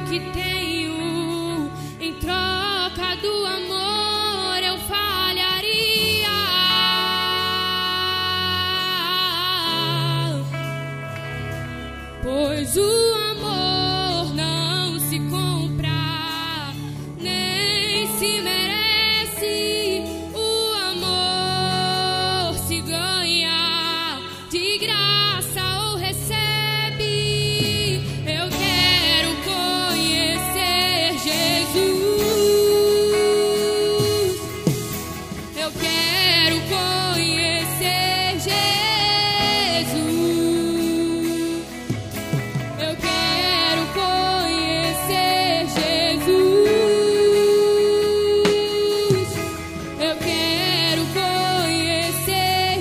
que tenho em troca do amor eu falharia. Pois o amor não se compra, nem se merece. O amor se ganha, de graça ou recebe. Eu quero conhecer Jesus. Eu quero conhecer Jesus. Eu quero conhecer Jesus. Eu quero conhecer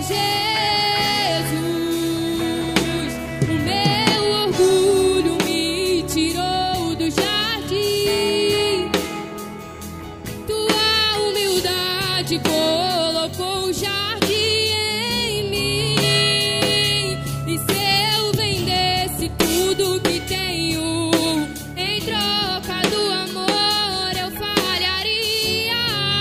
Jesus. O meu orgulho me tirou do jardim. Tua humildade colocou um jardim em mim. E se eu vendesse tudo que tenho em troca do amor, eu falharia.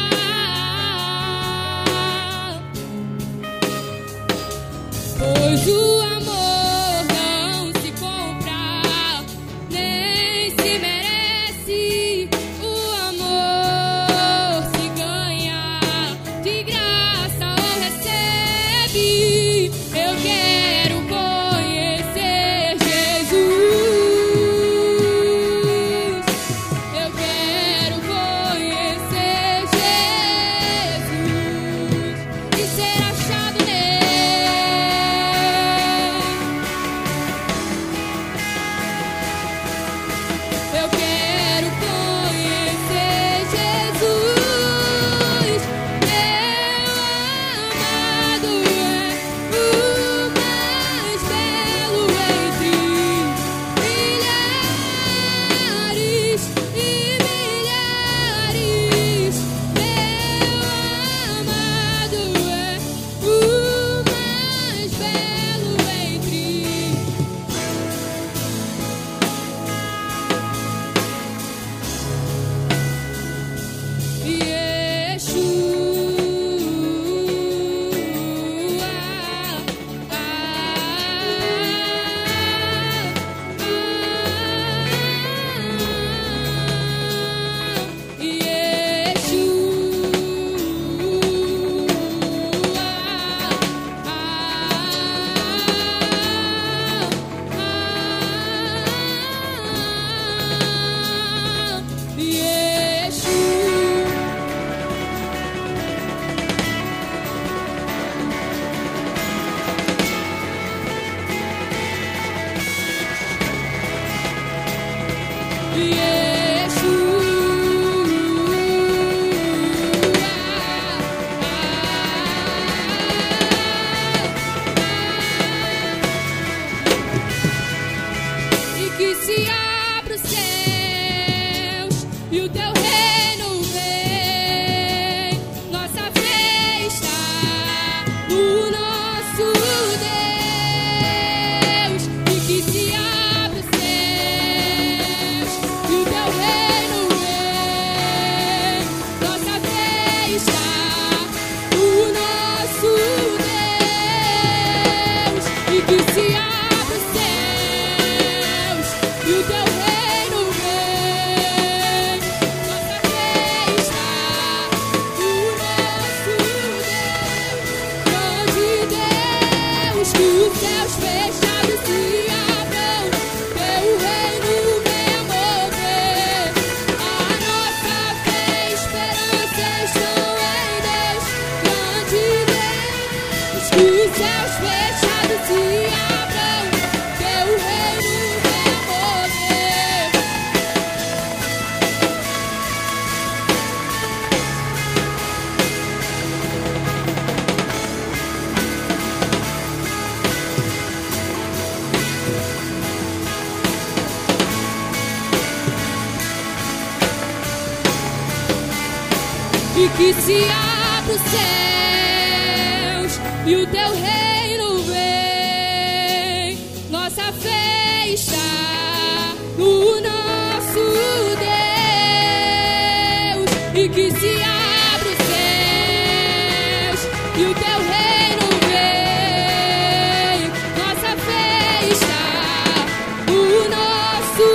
Pois o amor não se compra, nem se merece. O amor se ganha, de graça ou recebe. Eu quero conhecer Jesus. Eu quero conhecer Jesus e ser achado nele. Eu quero conhecer Jesus. Meu amado é o mais belo entre milhares e milhares. Meu amado é o mais belo entre e que se abra os céus e o teu reino vem. Nossa fé está no nosso Deus. E que se abra os céus e o teu reino vem. Nossa fé está no nosso Deus. E que se abra os céus e o teu reino vem. Nossa fé está no nosso Deus. Grande Deus, que os céus fechados se abram, teu reino venha mover. A nossa fé e esperança estão em Deus. Grande Deus, que os céus fechados se abram, teu reino venha mover. E que se abra os céus e o teu reino vem. Nossa fé está no nosso e que se abra os céus e o teu reino vem. Nossa fé está no nosso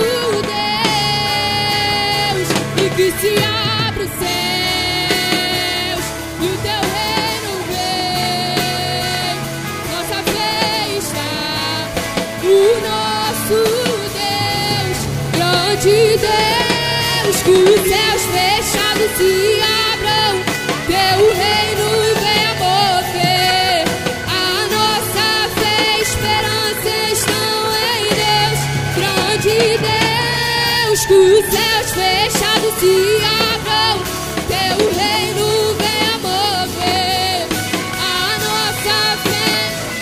Deus e que se abra os céus e o teu reino vem. Nossa fé está no nosso Deus, grande Deus, que os céus fechados se abram, teu reino venha mover. A nossa fé e esperança estão em Deus, grande Deus, que os céus fechados se abram, teu reino venha mover. A nossa fé,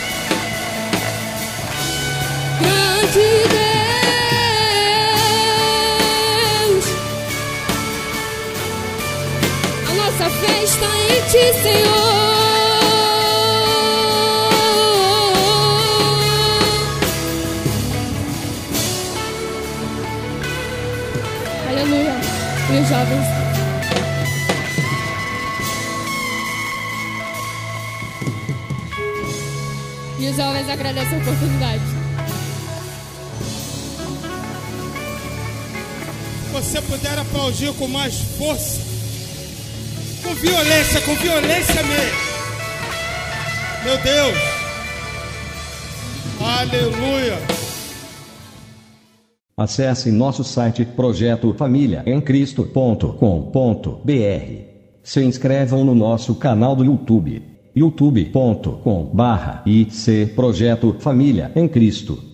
grande Deus, a nossa fé está em ti, Senhor. Aleluia. E os jovens? E os jovens agradecem a oportunidade. Você puder aplaudir com mais força, com violência mesmo. Meu Deus. Aleluia. Acesse nosso site projetofamiliaemcristo.com.br. Se inscrevam no nosso canal do YouTube, youtube.com/IC Projeto Família em Cristo.